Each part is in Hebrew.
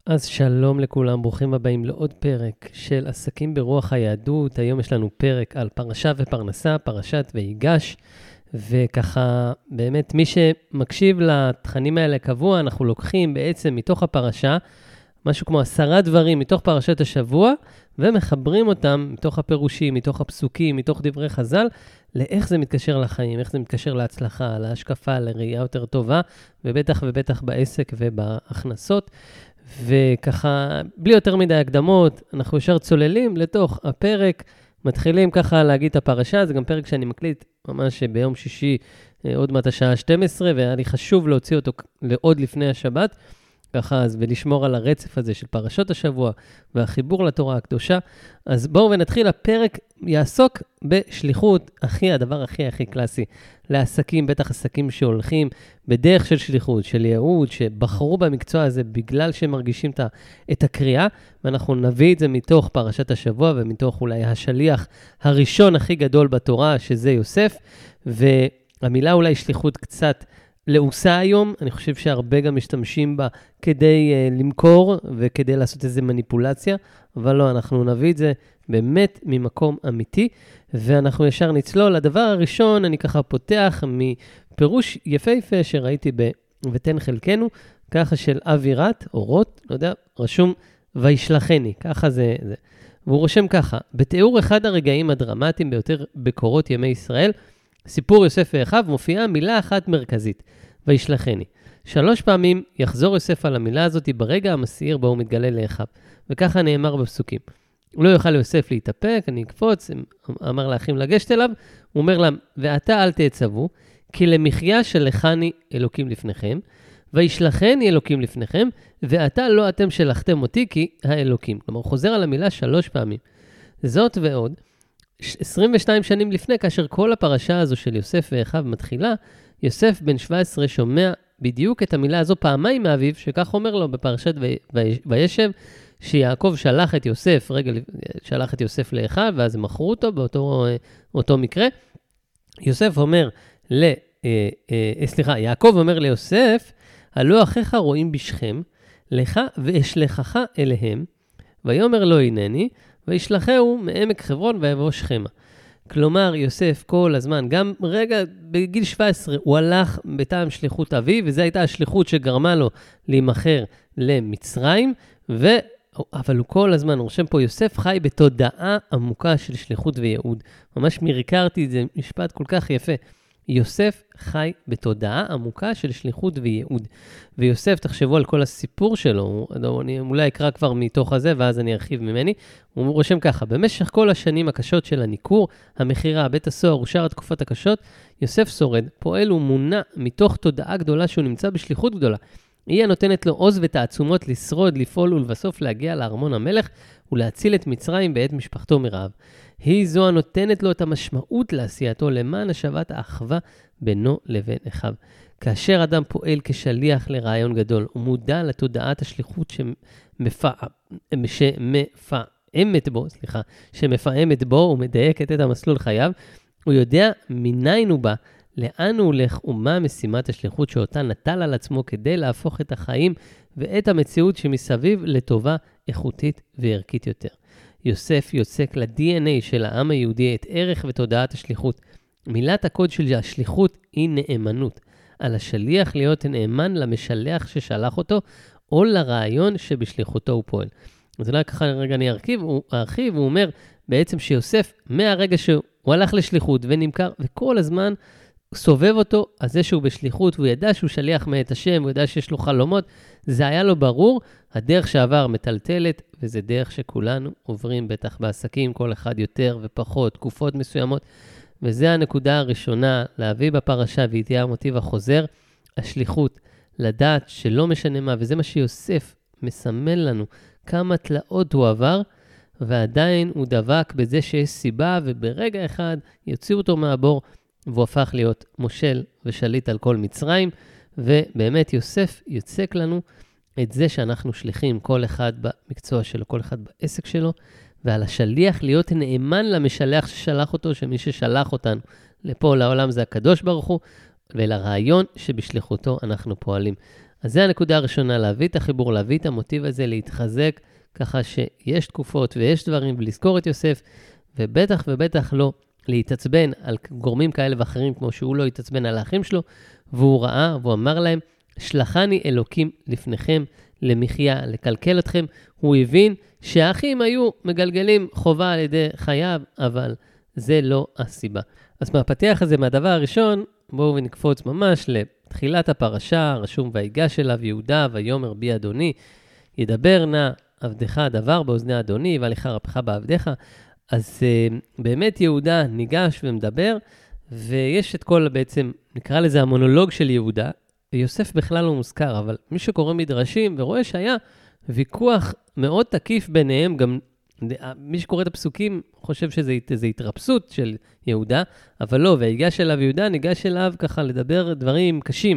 אז שלום לכולם, ברוכים הבאים לעוד פרק של עסקים ברוח היהדות. היום יש לנו פרק על פרשה ופרנסה, פרשת ויגש, וככה באמת מי שמקשיב לתכנים האלה קבוע, אנחנו לוקחים בעצם מתוך הפרשה, משהו כמו 10 דברים מתוך פרשת השבוע, ומחברים אותם מתוך הפירושים, מתוך הפסוקים, מתוך דברי חז"ל, לאיך זה מתקשר לחיים, איך זה מתקשר להצלחה, להשקפה, לראייה יותר טובה, ובטח בעסק ובהכנסות. וככה, בלי יותר מדי הקדמות, אנחנו ישר צוללים לתוך הפרק, מתחילים ככה להגיד את הפרשה, זה גם פרק שאני מקליט ממש ביום שישי, עוד מעט השעה 12, והיה לי חשוב להוציא אותו לעוד לפני השבת, ככה אז, ולשמור על הרצף הזה של פרשות השבוע, והחיבור לתורה הקדושה. אז בואו ונתחיל, הפרק יעסוק בשליחות, הדבר הכי קלאסי, לעסקים, בטח עסקים שהולכים בדרך של שליחות, של ייעוד, שבחרו במקצוע הזה בגלל שהם מרגישים את הקריאה, ואנחנו נביא את זה מתוך פרשת השבוע, ומתוך אולי השליח הראשון הכי גדול בתורה, שזה יוסף, והמילה אולי שליחות קצת לעושה היום, אני חושב שהרבה גם משתמשים בה כדי למכור וכדי לעשות איזו מניפולציה, אבל לא, אנחנו נביא את זה באמת ממקום אמיתי, ואנחנו ישר נצלול. הדבר הראשון, אני ככה פותח מפירוש יפהפה שראיתי ותן חלקנו, ככה של אווירת, אורות, לא יודע, רשום וישלחני, ככה זה. והוא רושם ככה, בתיאור אחד הרגעים הדרמטיים ביותר בקורות ימי ישראל, סיפור יוסף ואחיו מופיעה מילה אחת מרכזית, וישלחני. 3 פעמים יחזור יוסף על המילה הזאת ברגע המסעיר בו הוא מתגלה לאחיו, וככה נאמר בפסוקים. לא יוכל יוסף להתאפק, אני אקפוץ, אמר לאחים לגשת אליו, הוא אומר להם, ואתה אל תעצבו, כי למחיה שלחני אלוקים לפניכם, וישלחני אלוקים לפניכם, ואתה לא אתם שלחתם אותי כי האלוקים. כלומר, הוא חוזר על המילה 3 פעמים. זאת ועוד, 22 שנים לפני, כאשר כל הפרשה הזו של יוסף ואחיו מתחילה, יוסף בן 17 שומע בדיוק את המילה הזו פעמיים מאביו, שכך אומר לו בפרשת וישב, שיעקב שלח את יוסף לאחיו, ואז הם מכרו אותו באותו מקרה. יעקב אומר ליוסף, הלא אחיך רואים בשכם, לך ואשלחך אליהם, ויאמר לו הנני, וישלחהו מעמק חברון ויבוא שכמה. כלומר, יוסף כל הזמן, גם בגיל 17, הוא הלך בטעם שליחות אביו, וזו הייתה השליחות שגרמה לו להימכר למצרים, אבל הוא כל הזמן, הוא רושם פה, יוסף חי בתודעה עמוקה של שליחות וייעוד. ממש מריקרתי את זה, משפט כל כך יפה. יוסף חי בתודעה עמוקה של שליחות וייעוד. ויוסף, תחשבו על כל הסיפור שלו, אני אולי אקרא כבר מתוך הזה, ואז אני ארחיב ממני. הוא רושם ככה, במשך כל השנים הקשות של הניכור, המחירה, בית הסוהר ושאר התקופות הקשות, יוסף שורד, פועל ומונע מתוך תודעה גדולה שהוא נמצא בשליחות גדולה. היא הנותנת לו עוז ותעצומות לשרוד, לפעול ולבסוף להגיע לארמון המלך ולהציל את מצרים בעת משפחתו מרעב. היא זו הנותנת לו את המשמעות לעשייתו למען השבת האחווה בינו לבין אחיו. כאשר אדם פועל כשליח לרעיון גדול, הוא מודע לתודעת השליחות שמפעמת בו ומדייקת את המסלול חייו, הוא יודע מניין הוא בא, לאן הוא הולך ומה משימת השליחות שאותה נטל על עצמו כדי להפוך את החיים ואת המציאות שמסביב לטובה איכותית וערכית יותר. יוסף יוצק ל-DNA של העם היהודי את ערך ותודעת השליחות. מילת הקוד של השליחות היא נאמנות. על השליח להיות נאמן למשלח ששלח אותו, או לרעיון שבשליחותו הוא פועל. אז אולי ככה רגע אני ארחיב, הוא אומר בעצם שיוסף, מהרגע שהוא הלך לשליחות ונמכר, וכל הזמן סובב אותו, אז זה שהוא בשליחות, והוא ידע שהוא שליח מאת השם, הוא ידע שיש לו חלומות, זה היה לו ברור, הדרך שעבר מטלטלת, וזה דרך שכולנו עוברים בטח בעסקים, כל אחד יותר ופחות, תקופות מסוימות, וזה הנקודה הראשונה, להביא בפרשה, והיא תהיה המוטיב החוזר, השליחות, לדעת שלא משנה מה, וזה מה שיוסף מסמל לנו, כמה תלאות הוא עבר, ועדיין הוא דבק בזה שיש סיבה, וברגע אחד יוציאו אותו מהבור, והוא הפך להיות מושל ושליט על כל מצרים, ובאמת יוסף יוצק לנו את זה שאנחנו שליחים, כל אחד במקצוע שלו, כל אחד בעסק שלו, ועל השליח להיות נאמן למשלח ששלח אותו, שמי ששלח אותנו לפה לעולם זה הקדוש ברוך הוא, ולרעיון שבשליחותו אנחנו פועלים. אז זה הנקודה הראשונה, להביא את החיבור, להביא את המוטיב הזה, להתחזק, ככה שיש תקופות ויש דברים, ולזכור את יוסף, ובטח ובטח לא להתעצבן על גורמים כאלה ואחרים, כמו שהוא לא התעצבן על האחים שלו, והוא ראה, והוא אמר להם, שלחני אלוקים לפניכם למחיה, לקלקל אתכם. הוא הבין שהאחים היו מגלגלים חובה על ידי חייו, אבל זה לא הסיבה. אז מהפתיח הזה, מהדבר הראשון, בואו ונקפוץ ממש לתחילת הפרשה, רשום ויגש אליו יהודה ויאמר בי אדוני, ידבר נא עבדך הדבר באוזני אדוני, והליכה רפך בעבדך. אז באמת יהודה ניגש ומדבר, ויש את כל בעצם, נקרא לזה המונולוג של יהודה, ויוסף בכלל לא מוזכר, אבל מי שקורא מדרשים ורואה שהיה ויכוח מאוד תקיף ביניהם, גם מי שקורא את הפסוקים חושב שזה התרפסות של יהודה, אבל לא, ויגש אליו יהודה, ניגש אליו ככה לדבר דברים קשים.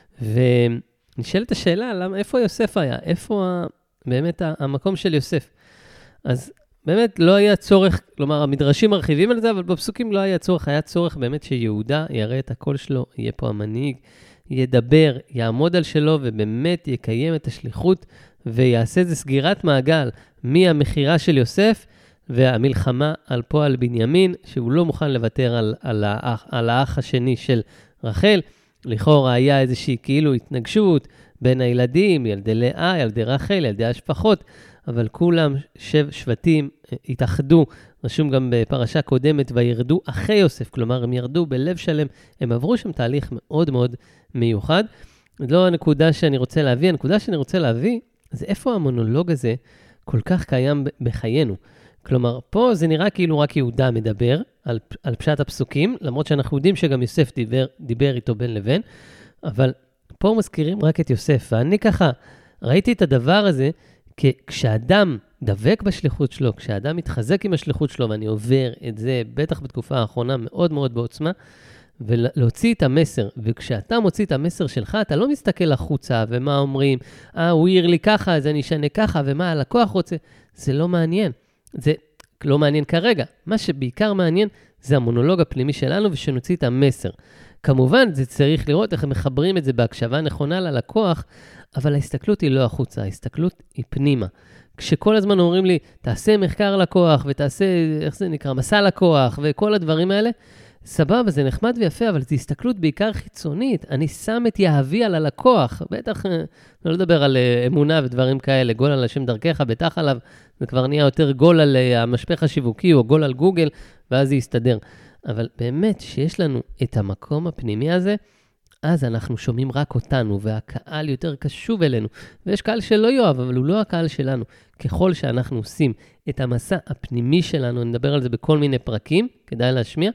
ונשאלת השאלה, איפה יוסף היה? איפה באמת המקום של יוסף? אז באמת לא היה צורך, כלומר המדרשים מרחיבים על זה, אבל בפסוקים לא היה צורך, היה צורך באמת שיהודה יראה את הקול שלו, יהיה פה המנהיג, ידבר, יעמוד על שלו ובאמת יקיים את השליחות ויעשה איזה סגירת מעגל מהמחירה של יוסף והמלחמה על פועל בנימין, שהוא לא מוכן לוותר על האח השני של רחל. לכאורה היה איזושהי כאילו התנגשות בין הילדים, ילדי לאה, ילדי רחל, ילדי השפחות, אבל כולם שבטים התאחדו, רשום גם בפרשה קודמת, וירדו אחי יוסף, כלומר הם ירדו בלב שלם, הם עברו שם תהליך מאוד מאוד מיוחד. לא הנקודה שאני רוצה להביא, הנקודה שאני רוצה להביא, זה איפה המונולוג הזה כל כך קיים בחיינו. כלומר, פה זה נראה כאילו רק יהודה מדבר על פשט הפסוקים, למרות שאנחנו יודעים שגם יוסף דיבר איתו בין לבין, אבל פה מזכירים רק את יוסף, ואני ככה ראיתי את הדבר הזה, כשאדם דבק בשליחות שלו, כשאדם מתחזק עם השליחות שלו, ואני עובר את זה, בטח בתקופה האחרונה, מאוד מאוד בעוצמה, ולהוציא את המסר, וכשאתה מוציא את המסר שלך, אתה לא מסתכל החוצה, ומה אומרים, הוא העיר לי ככה, אז אני אשנה ככה, ומה הלקוח רוצה, זה לא מעניין. זה לא מעניין כרגע. מה שבעיקר מעניין, זה המונולוג הפנימי שלנו, ושנוציא את המסר. כמובן, זה צריך לראות איך הם מחברים את זה בהקשבה נכונה ללקוח, אבל ההסתכלות היא לא החוצה, ההסתכלות היא פנימה. כשכל הזמן אומרים לי, תעשה מחקר לקוח, ותעשה, איך זה נקרא, מסע לקוח, וכל הדברים האלה, סבבה, זה נחמד ויפה, אבל זו הסתכלות בעיקר חיצונית. אני שם את יהבי על הלקוח, בטח, לא לדבר על אמונה ודברים כאלה, גול על השם דרכך, בטח עליו, זה כבר נהיה יותר גול על המשפך השיווקי, או גול על גוגל, ואז זה יסתדר. אבל באמת, שיש לנו את המקום הפנימי הזה, אז אנחנו שומעים רק אותנו, והקהל יותר קשוב אלינו. ויש קהל שלא יאהב, אבל הוא לא הקהל שלנו. ככל שאנחנו עושים את המסע הפנימי שלנו, נדבר על זה בכל מיני פרקים, כדאי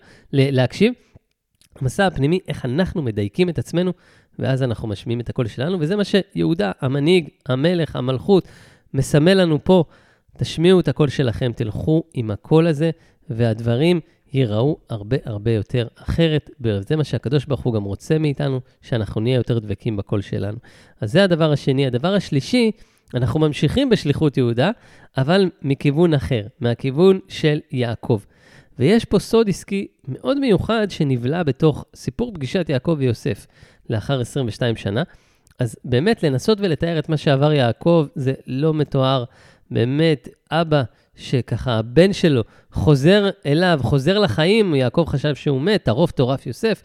להקשיב. המסע הפנימי, איך אנחנו מדייקים את עצמנו, ואז אנחנו משמיעים את הקול שלנו, וזה מה שיהודה, המנהיג, המלך, המלכות, מסמל לנו פה. תשמיעו את הקול שלכם, תלכו עם הקול הזה, והדברים ייראו הרבה הרבה יותר אחרת. זה מה שהקדוש ברוך הוא גם רוצה מאיתנו, שאנחנו נהיה יותר דבקים בקול שלנו. אז זה הדבר השני. הדבר השלישי, אנחנו ממשיכים בשליחות יהודה, אבל מכיוון אחר, מהכיוון של יעקב. ויש פה סוד עסקי מאוד מיוחד שנבלע בתוך סיפור פגישת יעקב ויוסף לאחר 22 שנה. אז באמת לנסות ולתאר את מה שעבר יעקב זה לא מתואר. באמת אבא שככה הבן שלו חוזר אליו, חוזר לחיים, יעקב חשב שהוא מת, טרוף יוסף,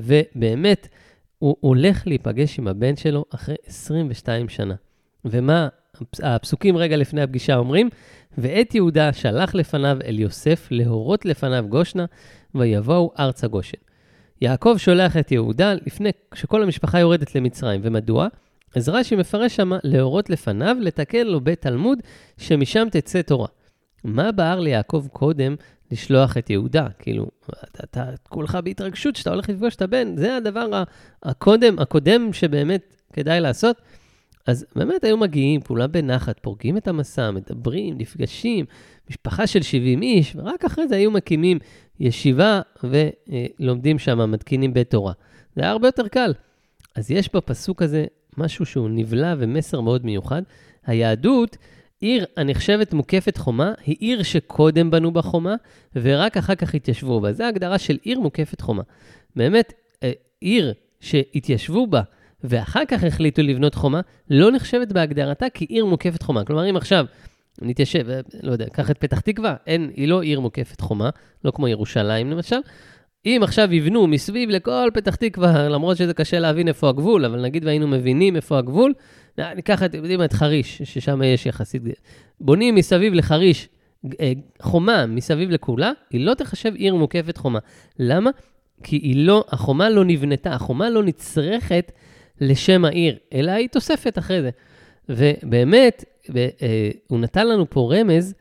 ובאמת הוא הולך להיפגש עם הבן שלו אחרי 22 שנה. ומה הפסוקים רגע לפני הפגישה אומרים? ואת יהודה שלח לפניו אל יוסף להורות לפניו גושנה, ויבואו ארצה גושן. יעקב שולח את יהודה לפני שכל המשפחה יורדת למצרים. ומדוע? אז רש"י מפרש שמה להורות לפניו, לתקן לו בית תלמוד, שמשם תצא תורה. מה בער ליעקב קודם לשלוח את יהודה? כאילו, אתה כולך בהתרגשות שאתה הולך לפגוש את הבן, זה הדבר הקודם שבאמת כדאי לעשות. אז באמת היו מגיעים, פעולה בנחת, פורגים את המסע, מדברים, נפגשים, משפחה של 70 איש, ורק אחרי זה היו מקימים ישיבה ולומדים שם, מתקינים בית תורה. זה היה הרבה יותר קל. אז יש בפסוק הזה משהו שהוא נבלע ומסר מאוד מיוחד. היהדות, עיר הנחשבת מוקפת חומה, היא עיר שקודם בנו בחומה, ורק אחר כך התיישבו בה. זו ההגדרה של עיר מוקפת חומה. באמת, עיר שהתיישבו בה, ואחר כך החליטו לבנות חומה, לא נחשבת בהגדרתה כעיר מוקפת חומה. כלומר, אם עכשיו נתיישב, לא יודע, קח את פתח תקווה, היא לא עיר מוקפת חומה, לא כמו ירושלים למשל. אם עכשיו יבנו מסביב לכל פתח תקווה, למרות שזה קשה להבין איפה הגבול, אבל נגיד והיינו מבינים איפה הגבול, ניקח את חריש, ששם יש יחסית, בונים מסביב לחריש, חומה מסביב לכולה, היא לא תחשב עיר מוקפת חומה. למה? כי החומה לא נבנתה, החומה לא נצרכת לשם העיר, אלא היא תוספת אחרי זה. ובאמת, הוא נתן לנו פה רמז,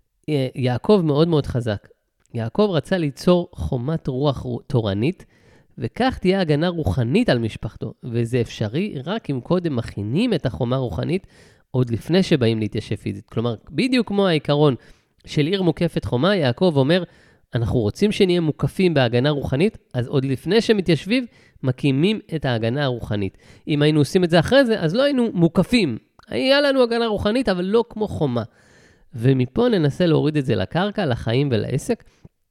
יעקב מאוד מאוד חזק. יעקב רצה ליצור חומת רוח תורנית, וכך תהיה הגנה רוחנית על משפחתו. וזה אפשרי רק אם קודם מכינים את החומה הרוחנית, עוד לפני שבאים להתיישב פיזית. כלומר, בדיוק כמו העיקרון של עיר מוקפת חומה, יעקב אומר, אנחנו רוצים שנהיה מוקפים בהגנה רוחנית, אז עוד לפני שמתיישבים, מקימים את ההגנה הרוחנית. אם היינו עושים את זה אחרי זה, אז לא היינו מוקפים. היה לנו הגנה רוחנית, אבל לא כמו חומה. ומפה ננסה להוריד את זה לקרקע, לחיים ולעסק.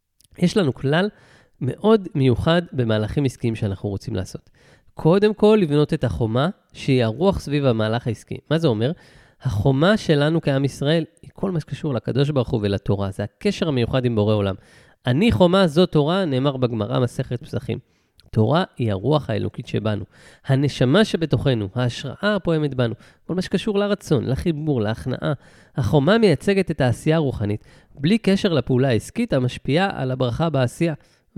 יש לנו כלל מאוד מיוחד במהלכים עסקיים שאנחנו רוצים לעשות. קודם כל, לבנות את החומה, שהיא הרוח סביב המהלך העסקי. מה זה אומר? החומה שלנו כעם ישראל, היא כל מה שקשור לקדוש ברוך הוא ולתורה. זה הקשר המיוחד עם בורא עולם. אני חומה, זו תורה, נאמר בגמרא מסכת פסחים. תורה היא הרוח האלוקית שבנו. הנשמה שבתוכנו, ההשראה הפועמת בנו. כל מה שקשור לרצון, לחיבור, להכנעה. החומה מייצגת את העשייה הרוחנית, בלי קשר לפעולה העסקית המשפיעה על הברכה בעשייה.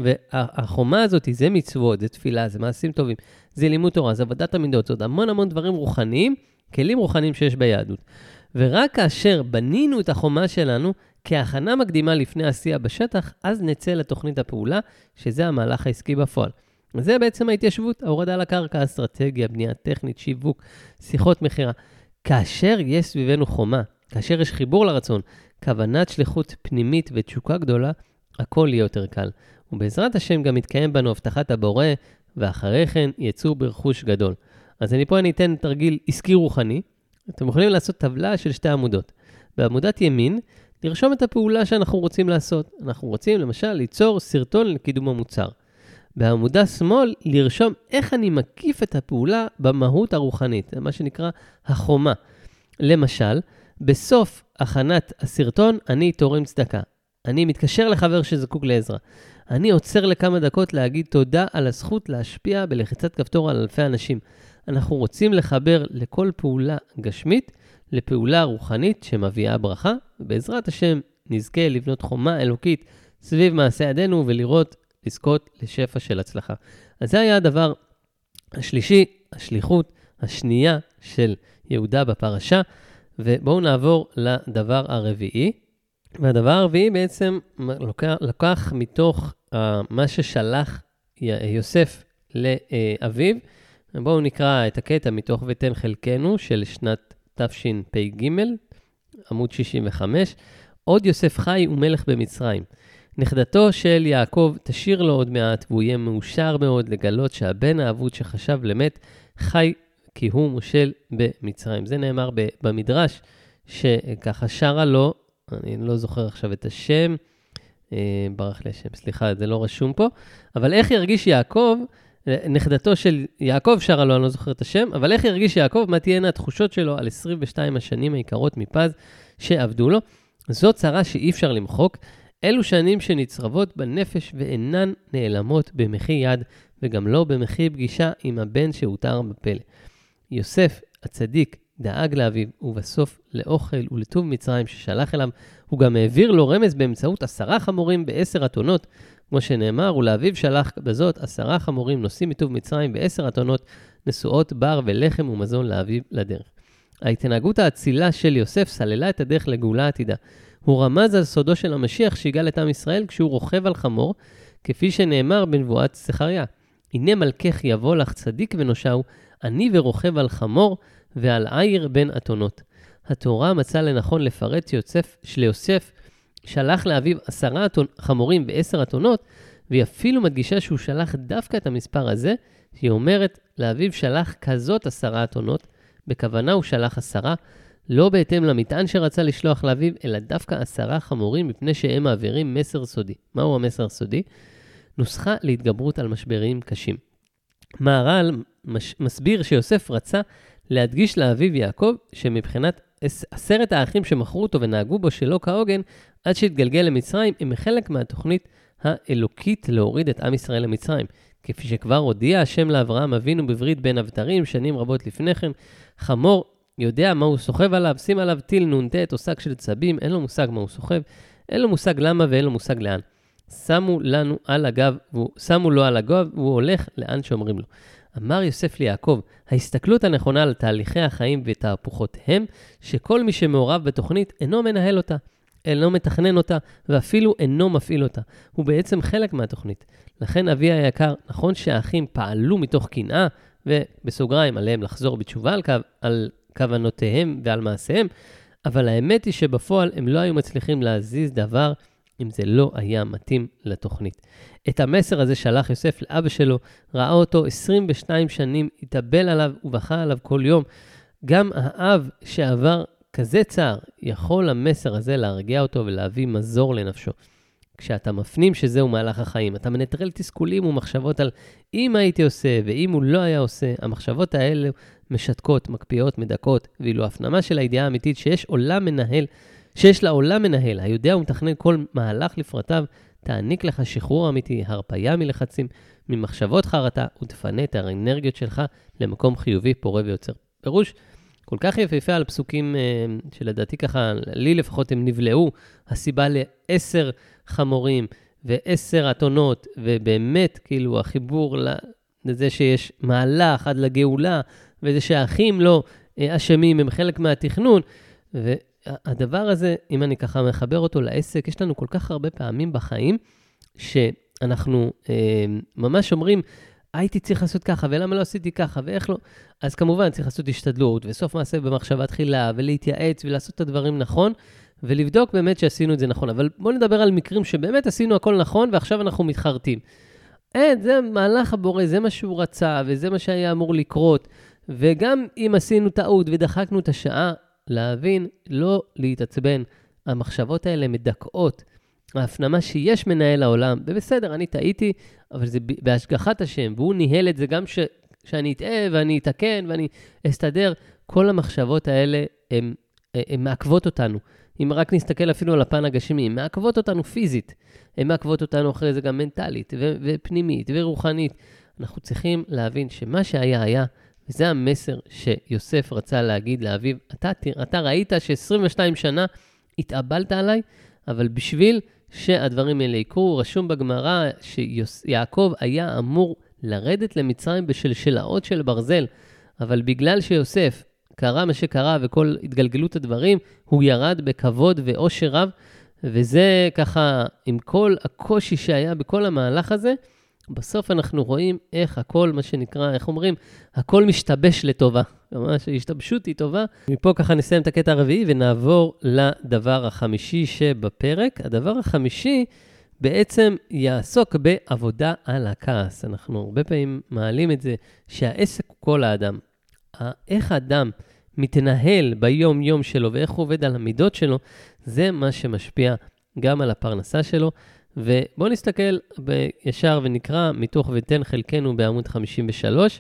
והחומה הזאת, זה מצוות, זה תפילה, זה מעשים טובים, זה לימוד תורה, זה עבודת המידות, זאת המון המון דברים רוחניים, כלים רוחניים שיש ביהדות. ורק כאשר בנינו את החומה שלנו, כהכנה מקדימה לפני עשייה בשטח, אז נצא לתוכנית הפעולה, שזה המהלך העסקי בפועל. זה בעצם ההתיישבות, ההורדה לקרקע, אסטרטגיה, בנייה טכנית, שיווק, שיחות מחירה. כאשר יש סביבנו חומה, כאשר יש חיבור לרצון, כוונת שליחות פנימית ותשוקה גדולה, הכל יהיה יותר קל. ובעזרת השם גם יתקיים בנו הבטחת הבורא, ואחרי כן יצאו ברכוש גדול. אז אני אתן תרגיל עסקי רוחני. אתם יכולים לעשות טבלה של 2 עמודות. בעמודת ימין, לרשום את הפעולה שאנחנו רוצים לעשות. אנחנו רוצים למשל ליצור סרטון לקידום המוצר. בעמודה שמאל, לרשום איך אני מקיף את הפעולה במהות הרוחנית. זה מה שנקרא החומה. למשל, בסוף הכנת הסרטון, אני תורם צדקה. אני מתקשר לחבר שזקוק לעזרה. אני עוצר לכמה דקות להגיד תודה על הזכות להשפיע בלחיצת כפתור על אלפי אנשים. אנחנו רוצים לחבר לכל פעולה גשמית, לפעולה רוחנית שמביאה ברכה, ובעזרת השם נזכה לבנות חומה אלוקית סביב מעשה ידינו ולראות, לזכות לשפע של הצלחה. אז זה היה הדבר השלישי, השליחות השנייה של יהודה בפרשה, ובואו נעבור לדבר הרביעי. והדבר הרביעי בעצם לקח מתוך מה ששלח יוסף לאביו. בואו נקרא את הקטע מתוך ותן חלקנו של שנת תשפ"ג, עמוד 65. עוד יוסף חי ומלך במצרים. נכדתו של יעקב תשאיר לו עוד מעט, והוא יהיה מאושר מאוד לגלות שהבן האבוד שחשב למת חי כי הוא מושל במצרים. זה נאמר במדרש שככה שרה לו, אני לא זוכר עכשיו את השם, ברח לי השם, סליחה, זה לא רשום פה, אבל איך ירגיש יעקב, נכדתו של יעקב שרה לו, אני לא זוכר את השם, אבל איך ירגיש יעקב, מה תהיינה התחושות שלו על 22 השנים העיקרות מפז שעבדו לו? זו צרה שאי אפשר למחוק, אלו שנים שנצרבות בנפש ואינן נעלמות במחי יד, וגם לא במחי פגישה עם הבן שהותר בפלא. יוסף הצדיק דאג לאביו, ובסוף לאוכל ולטוב מצרים ששלח אליו, הוא גם העביר לו רמז באמצעות 10 חמורים ב10 אתונות, כמו שנאמר, ולאביו שלח בזאת 10 חמורים נושאים מטוב מצרים ב10 אתונות, נשואות בר ולחם ומזון לאביו לדרך. ההתנהגות האצילה של יוסף סללה את הדרך לגאולה עתידה. הוא רמז על סודו של המשיח שיגאל את עם ישראל כשהוא רוכב על חמור, כפי שנאמר בנבואת זכריה. הנה מלכך יבוא לך צדיק ונושעו, אני ורוכב על חמור ועל עיר בין אתונות. התורה מצאה לנכון לפרט שליוסף שלח לאביו 10 חמורים ב10 אתונות, והיא אפילו מדגישה שהוא שלח דווקא את המספר הזה, שהיא אומרת לאביו שלח כזאת 10 אתונות, בכוונה הוא שלח 10, לא בהתאם למטען שרצה לשלוח לאביו, אלא דווקא 10 חמורים מפני שהם מעבירים מסר סודי. מהו המסר הסודי? נוסחה להתגברות על משברים קשים. מהר"ל מסביר שיוסף רצה להדגיש לאביו יעקב, שמבחינת 10 האחים שמכרו אותו ונהגו בו שלא כהוגן, עד שהתגלגל למצרים, הם חלק מהתוכנית האלוקית להוריד את עם ישראל למצרים. כפי שכבר הודיע השם לאברהם אבינו בברית בין הבתרים, שנים רבות לפני כן, חמור יודע מה הוא סוחב עליו, שים עליו טיל נונטט או שק של צבים, אין לו מושג מה הוא סוחב, אין לו מושג למה ואין לו מושג לאן. שמו לו על הגב והוא הולך לאן שאומרים לו. אמר יוסף ליעקב, ההסתכלות הנכונה על תהליכי החיים ותהפוכות הם, שכל מי שמעורב בתוכנית אינו מנהל אותה, אינו מתכנן אותה, ואפילו אינו מפעיל אותה. הוא בעצם חלק מהתוכנית. לכן אבי היקר, נכון שהאחים פעלו מתוך קנאה, ובסוגריים עליהם לחזור בתשובה על כוונותיהם ועל מעשיהם, אבל האמת היא שבפועל הם לא היו מצליחים להזיז דבר, אם זה לא היה מתאים לתוכנית. את המסר הזה שלח יוסף לאבא שלו, ראה אותו 22 שנים, התאבל עליו ובכה עליו כל יום. גם האב שעבר כזה צער, יכול המסר הזה להרגיע אותו ולהביא מזור לנפשו. כשאתה מפנים שזהו מהלך החיים, אתה מנטרל תסכולים ומחשבות על אם הייתי עושה ואם הוא לא היה עושה, המחשבות האלה משתקות, מקפיאות, מדכאות, ואילו הפנמה של הידיעה האמיתית שיש לה עולם מנהל, היודע ומתכנן כל מהלך לפרטיו, תעניק לך שחרור אמיתי, הרפאיה מלחצים, ממחשבות חרטה, ותפנה את האנרגיות שלך למקום חיובי, פורה ויוצר. פירוש כל כך יפהפה על פסוקים שלדעתי ככה, לי לפחות הם נבלעו, הסיבה ל10 חמורים ו10 אתונות, ובאמת כאילו החיבור לזה שיש מהלך עד לגאולה, וזה שהאחים לא אשמים, הם חלק מהתכנון, והדבר הזה, אם אני ככה מחבר אותו לעסק, יש לנו כל כך הרבה פעמים בחיים, שאנחנו ממש אומרים, הייתי צריך לעשות ככה, ולמה לא עשיתי ככה, ואיך לא? אז כמובן צריך לעשות השתדלות, וסוף מעשה במחשבה תחילה, ולהתייעץ, ולעשות את הדברים נכון, ולבדוק באמת שעשינו את זה נכון. אבל בואו נדבר על מקרים שבאמת עשינו הכל נכון, ועכשיו אנחנו מתחרטים. זה מהלך הבורא, זה מה שהוא רצה, וזה מה שהיה אמור לקרות. וגם אם עשינו טעות ודחקנו את השעה, להבין, לא להתעצבן. המחשבות האלה מדכאות. ההפנמה שיש מנהל העולם, ובסדר, אני טעיתי, אבל זה בהשגחת השם, והוא ניהל את זה גם שאני אטעה ואני אתקן ואני אסתדר. כל המחשבות האלה הן מעכבות אותנו. אם רק נסתכל אפילו על הפן הגשמי, הן מעכבות אותנו פיזית, הן מעכבות אותנו אחרי זה גם מנטלית ופנימית ורוחנית. אנחנו צריכים להבין שמה שהיה היה, וזה המסר שיוסף רצה להגיד לאביו, אתה ראית ש22 שנה התאבלת עליי, אבל בשביל שהדברים האלה יקרו, רשום בגמרא שיעקב היה אמור לרדת למצרים בשלשלאות של ברזל, אבל בגלל שיוסף קרה מה שקרה וכל התגלגלות הדברים, הוא ירד בכבוד ואושר רב, וזה ככה, עם כל הקושי שהיה בכל המהלך הזה, בסוף אנחנו רואים איך הכל, מה שנקרא, איך אומרים, הכל משתבש לטובה. ממש, ההשתבשות היא טובה. מפה ככה נסיים את הקטע הרביעי ונעבור לדבר החמישי שבפרק. הדבר החמישי בעצם יעסוק בעבודה על הכעס. אנחנו הרבה פעמים מעלים את זה שהעסק הוא כל האדם. איך האדם מתנהל ביום יום שלו ואיך הוא עובד על המידות שלו, זה מה שמשפיע גם על הפרנסה שלו. ובואו נסתכל בישר ונקרא מתוך ותן חלקנו בעמוד 53,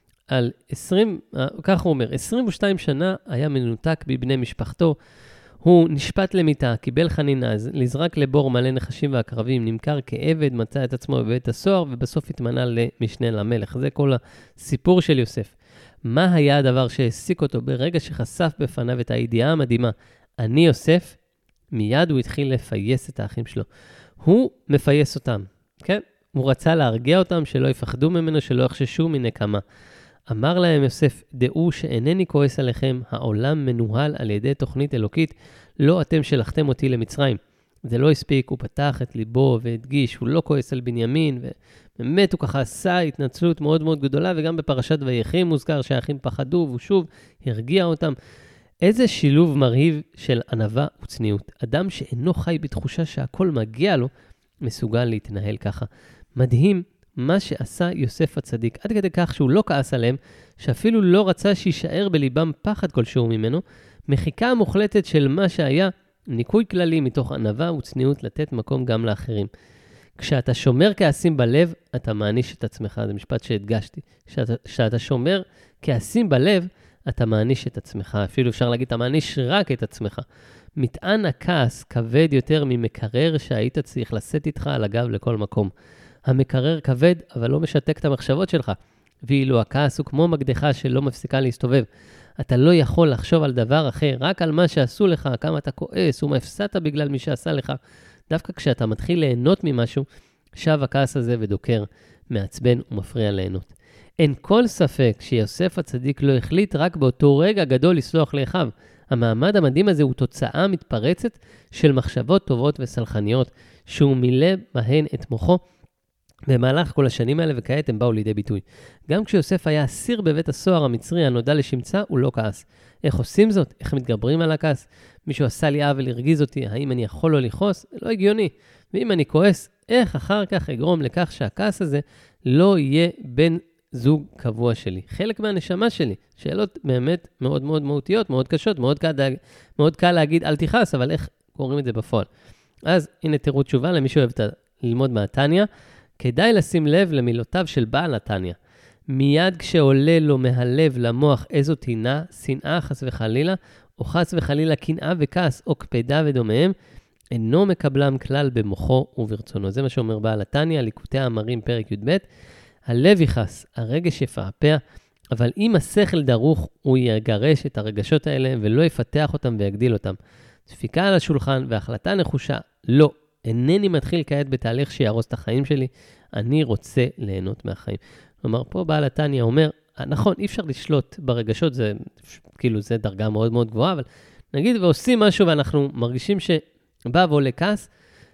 על 20, כך הוא אומר, 22 שנה היה מנותק בבני משפחתו, הוא נשפט למיטה, קיבל חנינה, לזרק לבור מלא נחשים ועקרבים, נמכר כעבד, מצא את עצמו בבית הסוהר, ובסוף התמנה למשנה למלך. זה כל הסיפור של יוסף. מה היה הדבר שהעסיק אותו ברגע שחשף בפניו את הידיעה המדהימה? אני יוסף, מיד הוא התחיל לפייס את האחים שלו. הוא מפייס אותם, כן? הוא רצה להרגיע אותם, שלא יפחדו ממנו, שלא יחששו מנקמה. אמר להם יוסף, דעו שאינני כועס עליכם, העולם מנוהל על ידי תוכנית אלוקית, לא אתם שלחתם אותי למצרים. זה לא הספיק, הוא פתח את ליבו והדגיש, הוא לא כועס על בנימין, ובאמת הוא ככה עשה התנצלות מאוד מאוד גדולה, וגם בפרשת ויחי מוזכר שהאחים פחדו, והוא שוב הרגיע אותם. איזה שילוב מרהיב של ענווה וצניעות. אדם שאינו חי בתחושה שהכל מגיע לו, מסוגל להתנהל ככה. מדהים מה שעשה יוסף הצדיק, עד כדי כך שהוא לא כעס עליהם, שאפילו לא רצה שישאר בליבם פחד כלשהו ממנו, מחיקה מוחלטת של מה שהיה, ניקוי כללי מתוך ענווה וצניעות לתת מקום גם לאחרים. כשאתה שומר כעסים בלב, אתה מעניש את עצמך. זה משפט שהדגשתי. כשאתה שומר כעסים בלב, אתה מעניש את עצמך. אפילו אפשר להגיד, אתה מעניש רק את עצמך. מטען הכעס כבד יותר ממקרר שהיית צריך לשאת איתך על הגב לכל מקום. המקרר כבד, אבל לא משתק את המחשבות שלך. ואילו הכעס הוא כמו מקדחה שלא מפסיקה להסתובב. אתה לא יכול לחשוב על דבר אחר, רק על מה שעשו לך, כמה אתה כועס, ומה הפסדת בגלל מי שעשה לך. דווקא כשאתה מתחיל ליהנות ממשהו, שב הכעס הזה ודוקר, מעצבן ומפריע ליהנות. אין כל ספק שיוסף הצדיק לא החליט רק באותו רגע גדול לסלוח לאחיו. המעמד המדהים הזה הוא תוצאה מתפרצת של מחשבות טובות וסלחניות, שהוא מילא בהן את מוחו במהלך כל השנים האלה, וכעת הם באו לידי ביטוי. גם כשיוסף היה אסיר בבית הסוהר המצרי הנודע לשמצה, הוא לא כעס. איך עושים זאת? איך מתגברים על הכעס? מישהו עשה לי עוול, הרגיז אותי, האם אני יכול לא לכעוס? לא הגיוני. ואם אני כועס, איך אחר כך אגרום לכך שהכעס הזה לא יהיה בן זוג קבוע שלי? חלק מהנשמה שלי. שאלות באמת מאוד מאוד מהותיות, מאוד קשות, מאוד קל להגיד אל תכעס, אבל איך קוראים את זה בפועל? אז הנה תראו תשובה למי שאוהב ללמוד מהתניא. כדאי לשים לב למילותיו של בעל התניא. מיד כשעולה לו מהלב למוח איזו טינה, שנאה חס וחלילה, או חס וחלילה קנאה וכעס או קפדה ודומיהם, אינו מקבלם כלל במוחו וברצונו. זה מה שאומר בעל התניא, ליקוטי האמרים פרק י"ב. הלב יכעס, הרגש יפעפע, אבל אם השכל דרוך, הוא יגרש את הרגשות האלה ולא יפתח אותם ויגדיל אותם. דפיקה על השולחן והחלטה נחושה, לא. אינני מתחיל כעת בתהליך שיהרוס את החיים שלי, אני רוצה ליהנות מהחיים. כלומר, פה בעל התניא אומר, נכון, אי אפשר לשלוט ברגשות, זה כאילו זה דרגה מאוד מאוד גבוהה, אבל נגיד ועושים משהו ואנחנו מרגישים שבא ועולה כעס,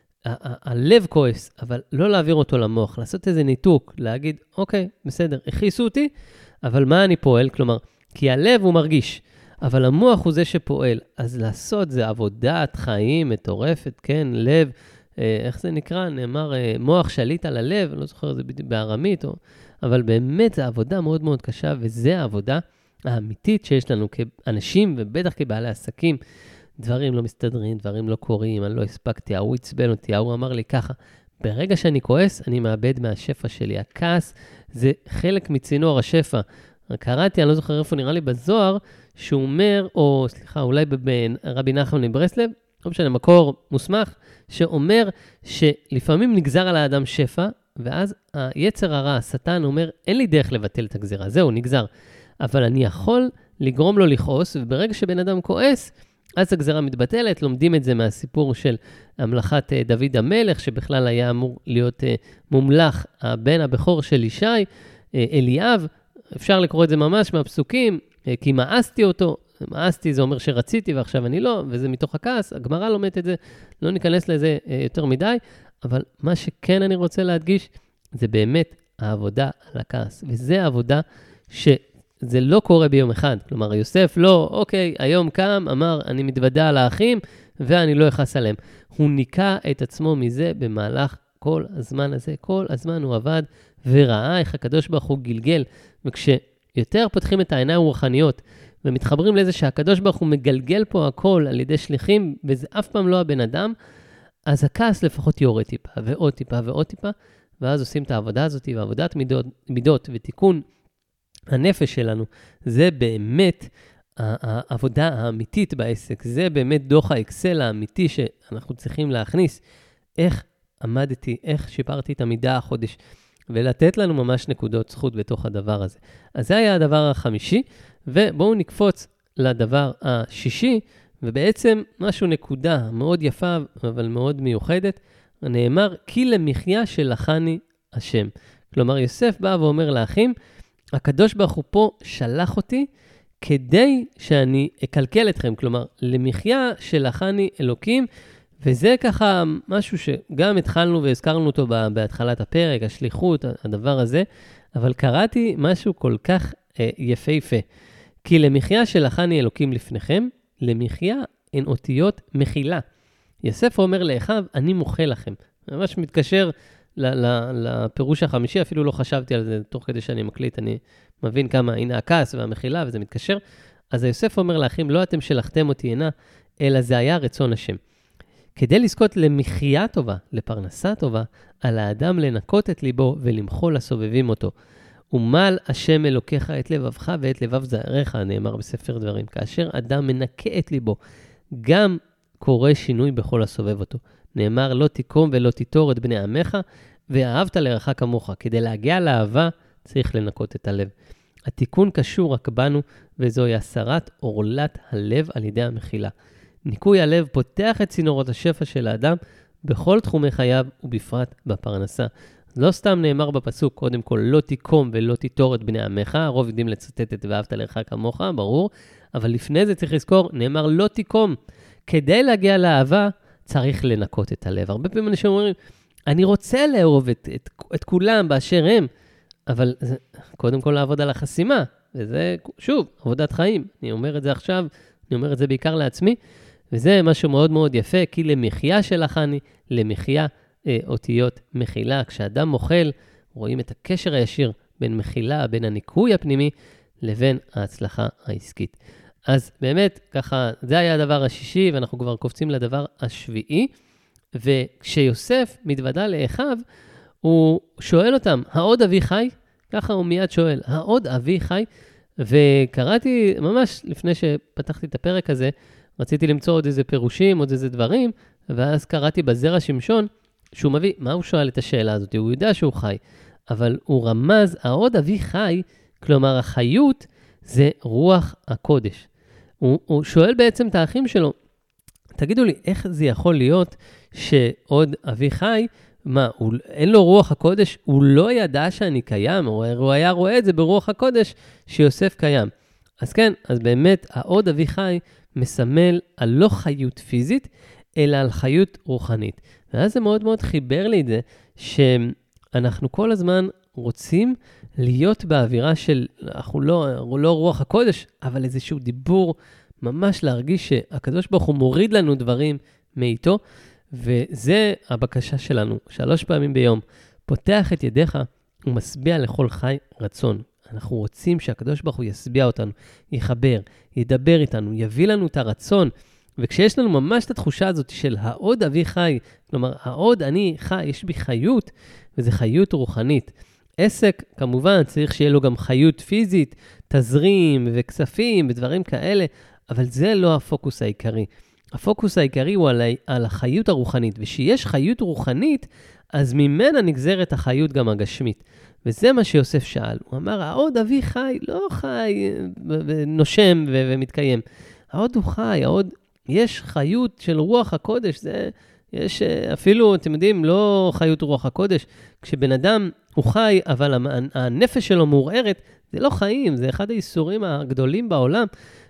הלב כועס, אבל לא להעביר אותו למוח, לעשות איזה ניתוק, להגיד, אוקיי, בסדר, הכיסו אותי, אבל מה אני פועל? כלומר, כי הלב הוא מרגיש, אבל המוח הוא זה שפועל, אז לעשות זה עבודת חיים מטורפת, כן, לב, איך זה נקרא? נאמר מוח שליט על הלב, אני לא זוכר את זה בארמית, אבל באמת זו עבודה מאוד מאוד קשה, וזה העבודה האמיתית שיש לנו כאנשים, ובטח כבעלי עסקים, דברים לא מסתדרים, דברים לא קורים, אני לא הספקתי, ההוא עצבן אותי, ההוא אמר לי ככה. ברגע שאני כועס, אני מאבד מהשפע שלי. הכעס זה חלק מצינור השפע. קראתי, אני לא זוכר איפה נראה לי בזוהר, שהוא אומר, או סליחה, אולי ברבי נחמן מברסלב, לא משנה, מקור מוסמך, שאומר שלפעמים נגזר על האדם שפע, ואז היצר הרע, השטן אומר, אין לי דרך לבטל את הגזירה, זהו, נגזר. אבל אני יכול לגרום לו לכעוס, וברגע שבן אדם כועס, אז הגזירה מתבטלת. לומדים את זה מהסיפור של המלכת דוד המלך, שבכלל היה אמור להיות מומלך, הבן הבכור של ישי, אליאב. אפשר לקרוא את זה ממש מהפסוקים, כי מאסתי אותו. מאסתי זה אומר שרציתי ועכשיו אני לא, וזה מתוך הכעס. הגמרא לומדת את זה, לא ניכנס לזה יותר מדי, אבל מה שכן אני רוצה להדגיש, זה באמת העבודה על הכעס. וזה העבודה שזה לא קורה ביום אחד. כלומר, יוסף לא, אוקיי, היום קם, אמר, אני מתוודע על האחים, ואני לא אכעס עליהם. הוא ניקה את עצמו מזה במהלך כל הזמן הזה. כל הזמן הוא עבד וראה איך הקדוש ברוך הוא גלגל. וכשיותר פותחים את העיניים הרוחניות, ומתחברים לזה שהקדוש ברוך הוא מגלגל פה הכל על ידי שליחים, וזה אף פעם לא הבן אדם, אז הכעס לפחות יורד טיפה, ועוד טיפה ועוד טיפה, ואז עושים את העבודה הזאת, ועבודת מידות ותיקון הנפש שלנו, זה באמת העבודה האמיתית בעסק, זה באמת דוח האקסל האמיתי שאנחנו צריכים להכניס, איך עמדתי, איך שיפרתי את המידה החודש, ולתת לנו ממש נקודות זכות בתוך הדבר הזה. אז זה היה הדבר החמישי, ובואו נקפוץ לדבר השישי, ובעצם משהו נקודה מאוד יפה, אבל מאוד מיוחדת, נאמר, כי למחיה שלחני השם. כלומר, יוסף בא ואומר לאחים, הקדוש ברוך הוא פה שלח אותי, כדי שאני אקלקל אתכם. כלומר, למחיה שלחני אלוקים, וזה ככה משהו שגם התחלנו והזכרנו אותו בהתחלת הפרק, השליחות, הדבר הזה, אבל קראתי משהו כל כך יפהפה. כי למחיה שלחני אלוקים לפניכם, למחיה הן אותיות מחילה. יוסף אומר לאחיו, אני מוחה לכם. ממש מתקשר לפירוש החמישי, אפילו לא חשבתי על זה תוך כדי שאני מקליט, אני מבין כמה, הנה הכעס והמחילה, וזה מתקשר. אז יוסף אומר לאחים, לא אתם שלחתם אותי הנה, אלא זה היה רצון השם. כדי לזכות למחיה טובה, לפרנסה טובה, על האדם לנקות את ליבו ולמחול לסובבים אותו. ומל השם אלוקיך את לבבך ואת לבב זרעך, נאמר בספר דברים. כאשר אדם מנקה את ליבו, גם קורה שינוי בכל הסובב אותו. נאמר, לא תיקום ולא תיטור את בני עמך, ואהבת לרעך כמוך. כדי להגיע לאהבה, צריך לנקות את הלב. התיקון קשור רק בנו, וזוהי הסרת עורלת הלב על ידי המחילה. ניקוי הלב פותח את צינורות השפע של האדם בכל תחומי חייו, ובפרט בפרנסה. לא סתם נאמר בפסוק, קודם כל, לא תיקום ולא תיטור את בני עמך, הרוב יודעים לצטט את ואהבת לרעך כמוך, ברור, אבל לפני זה צריך לזכור, נאמר לא תיקום. כדי להגיע לאהבה, צריך לנקות את הלב. הרבה פעמים אנשים אומרים, אני רוצה לאהוב את כולם באשר הם, אבל זה, קודם כל לעבוד על החסימה, וזה, שוב, עבודת חיים. אני אומר את זה עכשיו, אני אומר את זה בעיקר לעצמי, וזה משהו מאוד מאוד יפה, כי למחיה שלך אני, למחיה אותיות מחילה. כשאדם מוכל, רואים את הקשר הישיר בין מחילה, בין הניקוי הפנימי, לבין ההצלחה העסקית. אז באמת, ככה, זה היה הדבר השישי, ואנחנו כבר קופצים לדבר השביעי, וכשיוסף מתוודע לאחיו, הוא שואל אותם, העוד אבי חי? ככה הוא מיד שואל, העוד אבי חי? וקראתי, ממש לפני שפתחתי את הפרק הזה, רציתי למצוא עוד איזה פירושים, עוד איזה דברים, ואז קראתי בזרע שמשון, שהוא מביא, מה הוא שואל את השאלה הזאת? הוא יודע שהוא חי, אבל הוא רמז, העוד אבי חי, כלומר החיות, זה רוח הקודש. הוא שואל בעצם את האחים שלו, תגידו לי, איך זה יכול להיות שעוד אבי חי, מה, אין לו רוח הקודש? הוא לא ידע שאני קיים, הוא היה רואה את זה ברוח הקודש שיוסף קיים. אז כן, אז באמת, העוד אבי חי מסמל על לא חיות פיזית, אלא על חיות רוחנית. ואז זה מאוד מאוד חיבר לי את זה, שאנחנו כל הזמן רוצים להיות באווירה של, אנחנו לא רוח הקודש, אבל איזשהו דיבור, ממש להרגיש שהקדוש ברוך הוא מוריד לנו דברים מאיתו, וזה הבקשה שלנו, 3 פעמים ביום. פותח את ידיך ומשביע לכל חי רצון. אנחנו רוצים שהקדוש ברוך הוא ישביע אותנו, יחבר, ידבר איתנו, יביא לנו את הרצון. וכשיש לנו ממש את התחושה הזאת של העוד אבי חי, כלומר, העוד אני חי, יש בי חיות, וזה חיות רוחנית. עסק, כמובן, צריך שיהיה לו גם חיות פיזית, תזרים וכספים ודברים כאלה, אבל זה לא הפוקוס העיקרי. הפוקוס העיקרי הוא על החיות הרוחנית, ושיש חיות רוחנית, אז ממנה נגזרת החיות גם הגשמית. וזה מה שיוסף שאל. הוא אמר, העוד אבי חי, לא חי, נושם ומתקיים. העוד הוא חי, העוד יש חיות של רוח הקודש, יש אפילו, אתם יודעים, לא חיות רוח הקודש, כשבן אדם הוא חי, אבל הנפש שלו מעורערת, זה לא חיים, זה אחד האיסורים הגדולים בעולם,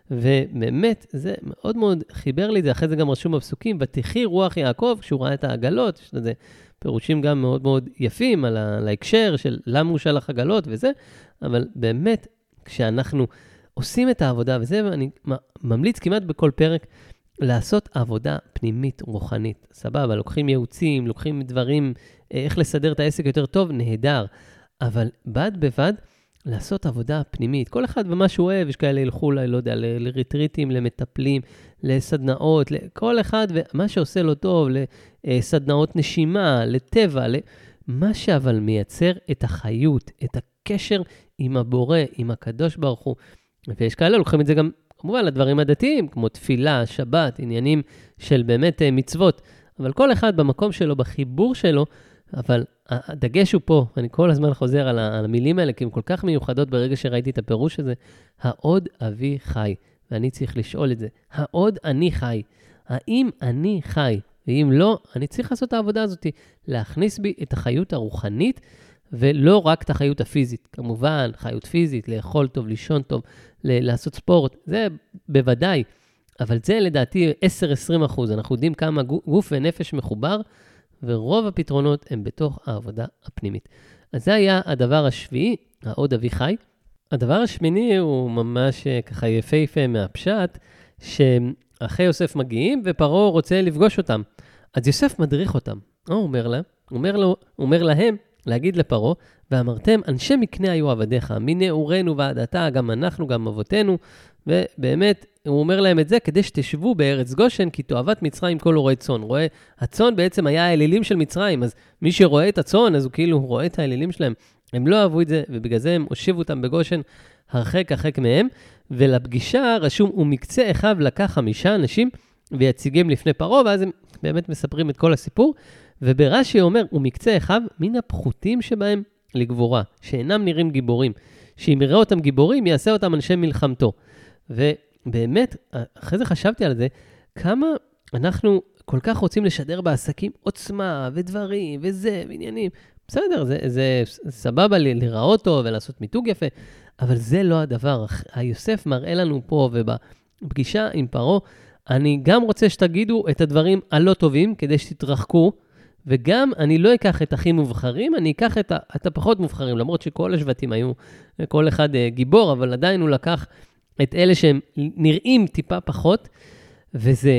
ובאמת זה מאוד מאוד חיבר לי, זה אחרי זה גם רשום בפסוקים, ותחי רוח יעקב, כשהוא ראה את העגלות, יש לזה פירושים גם מאוד מאוד יפים על ההקשר של למה הוא שלח עגלות וזה, אבל באמת כשאנחנו עושים את העבודה, וזה אני ממליץ כמעט בכל פרק, לעשות עבודה פנימית רוחנית, סבבה, לוקחים ייעוצים, לוקחים דברים, איך לסדר את העסק יותר טוב, נהדר, אבל בד בבד, לעשות עבודה פנימית, כל אחד ומה שהוא אוהב, יש כאלה ילכו, לא יודע, לריטריטים, למטפלים, לסדנאות, כל אחד ומה שעושה לו טוב, לסדנאות נשימה, לטבע, מה שאבל מייצר את החיות, את הקשר עם הבורא, עם הקדוש ברוך הוא, ויש כאלה, לוקחים את זה גם, כמובן, לדברים הדתיים, כמו תפילה, שבת, עניינים של באמת מצוות, אבל כל אחד במקום שלו, בחיבור שלו, אבל הדגש הוא פה, אני כל הזמן חוזר על המילים האלה, כי הן כל כך מיוחדות ברגע שראיתי את הפירוש הזה, העוד אבי חי, ואני צריך לשאול את זה, העוד אני חי, האם אני חי, ואם לא, אני צריך לעשות את העבודה הזאת, להכניס בי את החיות הרוחנית, ולא רק את החיות הפיזית, כמובן, חיות פיזית, לאכול טוב, לישון טוב, לעשות ספורט, זה בוודאי, אבל זה לדעתי 10-20%, אנחנו יודעים כמה גוף ונפש מחובר, ורוב הפתרונות הם בתוך העבודה הפנימית. אז זה היה הדבר השביעי, העוד אבי חי. הדבר השמיני הוא ממש ככה יפהפה מהפשט, שאחרי יוסף מגיעים ופרעה רוצה לפגוש אותם. אז יוסף מדריך אותם. הוא אומר להם, להגיד לפרעה, ואמרתם, אנשי מקנה היו עבדיך, מנעורנו ועד עתה, גם אנחנו, גם אבותינו, ובאמת, הוא אומר להם את זה כדי שתשבו בארץ גושן, כי תועבת מצרים כל רועה צאן. הצאן בעצם היה האלילים של מצרים, אז מי שרואה את הצאן, אז הוא כאילו רואה את האלילים שלהם. הם לא אהבו את זה, ובגלל זה הם הושיבו אותם בגושן הרחק מהם, ולפגישה רשום, ומקצה אחיו לקח 5 אנשים, ויציגם לפני פרעה, ואז הם באמת מספרים את כל הסיפור, וברש"י אומר, ומקצה אחיו מן הפחותים שבהם לגבורה, שאינם נראים גיבורים, שאם יראה אותם גיבורים, יעשה אותם אנשי מלחמתו. ובאמת, אחרי זה חשבתי על זה, כמה אנחנו כל כך רוצים לשדר בעסקים עוצמה ודברים וזה ועניינים. בסדר, זה סבבה לראות טוב ולעשות מיתוג יפה, אבל זה לא הדבר. היוסף מראה לנו פה ובפגישה עם פרעה, אני גם רוצה שתגידו את הדברים הלא טובים כדי שתתרחקו, וגם אני לא אקח את הכי מובחרים, אני אקח את הפחות מובחרים, למרות שכל השבטים היו, כל אחד גיבור, אבל עדיין הוא לקח את אלה שהם נראים טיפה פחות, וזה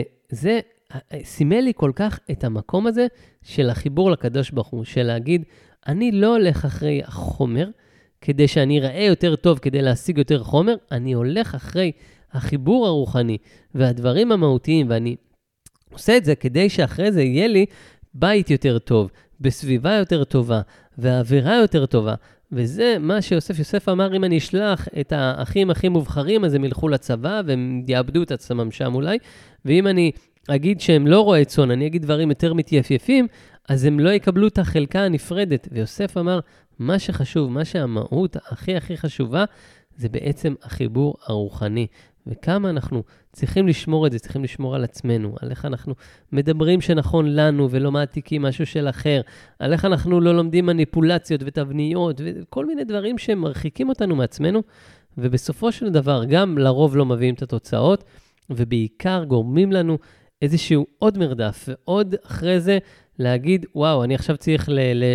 סימל לי כל כך את המקום הזה של החיבור לקדוש ברוך הוא, של להגיד, אני לא הולך אחרי החומר, כדי שאני אראה יותר טוב, כדי להשיג יותר חומר, אני הולך אחרי החיבור הרוחני, והדברים המהותיים, ואני עושה את זה כדי שאחרי זה יהיה לי בית יותר טוב, בסביבה יותר טובה, והאווירה יותר טובה, וזה מה שיוסף אמר, אם אני אשלח את האחים הכי מובחרים, אז הם ילכו לצבא, והם יאבדו את עצמם שם אולי, ואם אני אגיד שהם לא רואי צאן, אני אגיד דברים יותר מתייפייפים, אז הם לא יקבלו את החלקה הנפרדת. ויוסף אמר, מה שחשוב, מה שהמהות הכי חשובה, זה בעצם החיבור הרוחני. וכמה אנחנו צריכים לשמור את זה, צריכים לשמור על עצמנו, על איך אנחנו מדברים שנכון לנו ולא מעתיקים משהו של אחר, על איך אנחנו לא לומדים מניפולציות ותבניות וכל מיני דברים שמרחיקים אותנו מעצמנו, ובסופו של דבר גם לרוב לא מביאים את התוצאות, ובעיקר גורמים לנו איזשהו עוד מרדף, ועוד אחרי זה להגיד, וואו, אני עכשיו צריך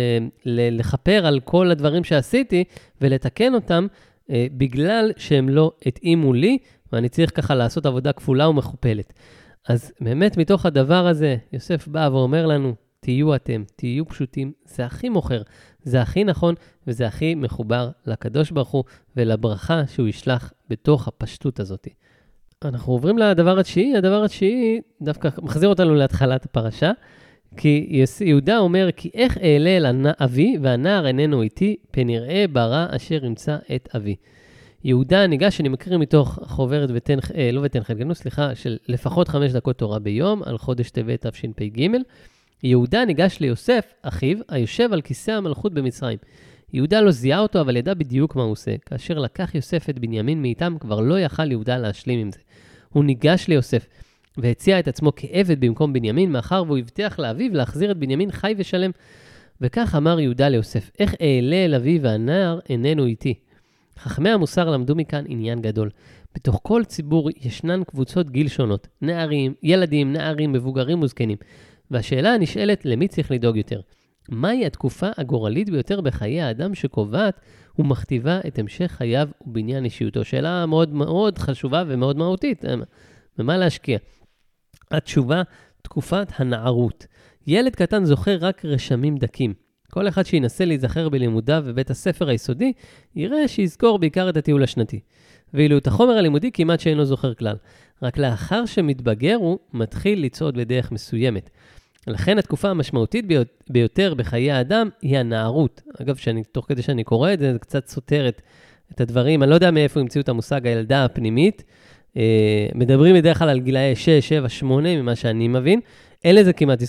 לחפר על כל הדברים שעשיתי ולתקן אותם, בגלל שהם לא התאימו לי, ואני צריך ככה לעשות עבודה כפולה ומכופלת. אז באמת מתוך הדבר הזה, יוסף בא ואומר לנו, תהיו אתם, תהיו פשוטים, זה הכי מוכר, זה הכי נכון, וזה הכי מחובר לקדוש ברוך הוא, ולברכה שהוא ישלח בתוך הפשטות הזאת. אנחנו עוברים לדבר התשיעי, הדבר התשיעי דווקא מחזיר אותנו להתחלת הפרשה, כי יהודה אומר, כי איך אעלה אל אבי, והנער איננו איתי, פן יראה ברע אשר ימצא את אבי. יהודה ניגש, שאני מכיר מתוך חוברת לא ותן חלגנו, של לפחות 5 דקות תורה ביום, על חודש טבת תשפ"ג. יהודה ניגש ליוסף, אחיו, היושב על כיסא המלכות במצרים. יהודה לא זיהה אותו, אבל ידע בדיוק מה הוא עושה. כאשר לקח יוסף את בנימין מאיתם, כבר לא יכל יהודה להשלים עם זה. הוא ניגש ליוסף, והציע את עצמו כעבד במקום בנימין, מאחר והוא הבטיח לאביו להחזיר את בנימין חי ושלם. וכך אמר יהודה ליוסף, איך אעלה אל אבי והנער איננו איתי. חכמי המוסר למדו מכאן עניין גדול. בתוך כל ציבור ישנן קבוצות גיל שונות, נערים, ילדים, נערים, מבוגרים וזקנים. והשאלה הנשאלת, למי צריך לדאוג יותר? מהי התקופה הגורלית ביותר בחיי האדם שקובעת ומכתיבה את המשך חייו ובניין אישיותו? שאלה מאוד מאוד חשובה ומאוד מהותית. במה להשקיע? התשובה, תקופת הנערות. ילד קטן זוכר רק רשמים דקים. כל אחד שינסה להיזכר בלימודיו בבית הספר היסודי, יראה שיזכור בעיקר את הטיול השנתי. ואילו את החומר הלימודי כמעט שאינו זוכר כלל. רק לאחר שמתבגר הוא מתחיל לצעוד בדרך מסוימת. לכן התקופה המשמעותית ביותר בחיי האדם היא הנערות. אגב, תוך כדי שאני קורא את זה, זה קצת סותר את הדברים. אני לא יודע מאיפה המציאו את המושג הילדה הפנימית. מדברים בדרך כלל על גילאי 6, 7, 8, ממה שאני מבין. אין לזה כמעט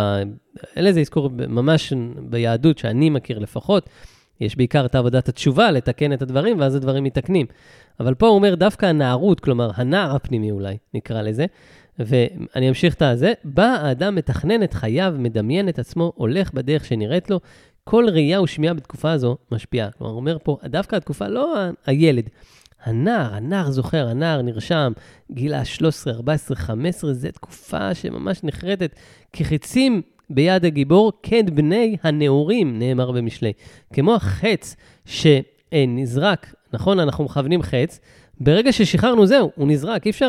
אזכור ממש ביהדות שאני מכיר לפחות. יש בעיקר את עבודת התשובה, לתקן את הדברים, ואז הדברים מתקנים. אבל פה הוא אומר דווקא הנערות, כלומר הנער הפנימי אולי, נקרא לזה. ואני אמשיך את הזה. בא האדם מתכנן את חייו, מדמיין את עצמו, הולך בדרך שנראית לו. כל ראייה ושמיעה בתקופה הזו משפיעה. כלומר, הוא אומר פה, דווקא התקופה לא הילד. הנער זוכר, הנער נרשם, גילה 13, 14, 15, זו תקופה שממש נחרטת כחיצים ביד הגיבור, כן בני הנעורים, נאמר במשלי. כמו החץ שנזרק, נכון, אנחנו מכוונים חץ, ברגע ששחררנו זהו, הוא נזרק, אי אפשר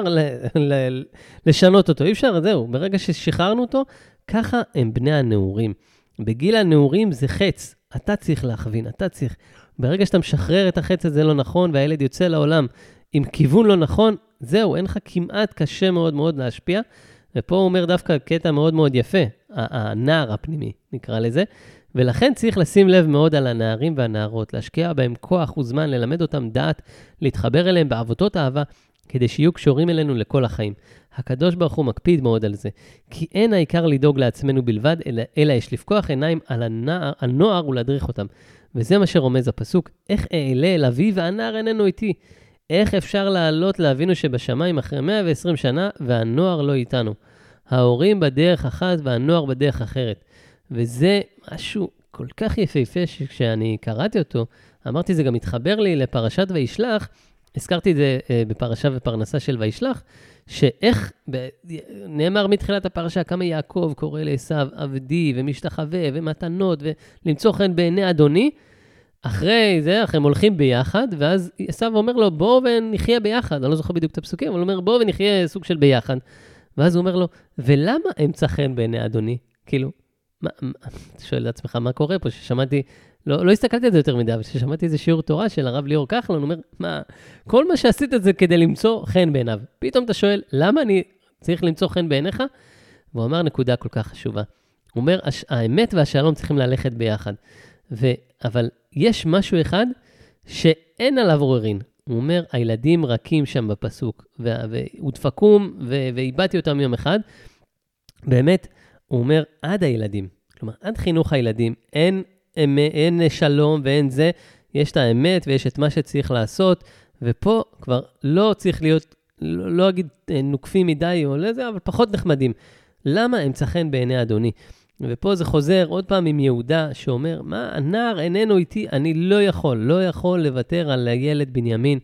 לשנות אותו, אי אפשר, זהו, ברגע ששחררנו אותו, ככה הם בני הנעורים. בגיל הנעורים זה חץ, אתה צריך להכווין, אתה צריך. ברגע שאתה משחרר את החץ הזה לא נכון, והילד יוצא לעולם עם כיוון לא נכון, זהו, אין לך כמעט קשה מאוד מאוד להשפיע, ופה הוא אומר דווקא קטע מאוד מאוד יפה, הנער הפנימי, נקרא לזה, ולכן צריך לשים לב מאוד על הנערים והנערות, להשקיע בהם כוח וזמן, ללמד אותם דעת, להתחבר אליהם בעבותות אהבה, כדי שיהיו קשורים אלינו לכל החיים. הקדוש ברוך הוא מקפיד מאוד על זה, כי אין העיקר לדאוג לעצמנו בלבד, אלא יש לפקוח עיניים על הנוער ולהדריך אותם. וזה מה שרומז הפסוק, איך אעלה אל אבי והנער איננו איתי. איך אפשר לעלות לאבינו שבשמיים אחרי 120 שנה והנוער לא איתנו. ההורים בדרך אחת והנוער בדרך אחרת. וזה משהו כל כך יפהפה שכשאני קראתי אותו, אמרתי זה גם מתחבר לי לפרשת וישלח, הזכרתי את זה בפרשה ופרנסה של וישלח, שאיך נאמר מתחילת הפרשה כמה יעקב קורא לעשיו עבדי ומשתחווה ומתנות ולמצוא חן בעיני אדוני, אחרי זה, הם הולכים ביחד, ואז עשיו אומר לו, בוא ונחיה ביחד. אני לא זוכר בדיוק את הפסוקים, אבל הוא אומר, בוא ונחיה סוג של ביחד. ואז הוא אומר לו, ולמה אמצא חן בעיני אדוני? כאילו, אתה שואל לעצמך, מה קורה פה? ששמעתי, לא הסתכלתי על זה יותר מדי, אבל ששמעתי איזה שיעור תורה של הרב ליאור כחלון, הוא אומר, מה, כל מה שעשית את זה כדי למצוא חן בעיניו. פתאום אתה שואל, למה אני צריך למצוא חן בעיניך? והוא אמר נקודה כל כך חשובה. הוא אומר, האמת והשלום צריכים ללכת ביחד. אבל יש משהו אחד שאין עליו עוררין. הוא אומר, הילדים רכים שם בפסוק, ודפקום, ואיבדתי אותם יום אחד. באמת, הוא אומר, עד הילדים, כלומר, עד חינוך הילדים, אין שלום ואין זה, יש את האמת ויש את מה שצריך לעשות, ופה כבר לא צריך להיות, לא אגיד נוקפים מדי או לזה, אבל פחות נחמדים. למה הם צחן בעיני אדוני? ופה זה חוזר עוד פעם עם יהודה שאומר, מה, הנער איננו איתי, אני לא יכול לוותר על הילד בנימין,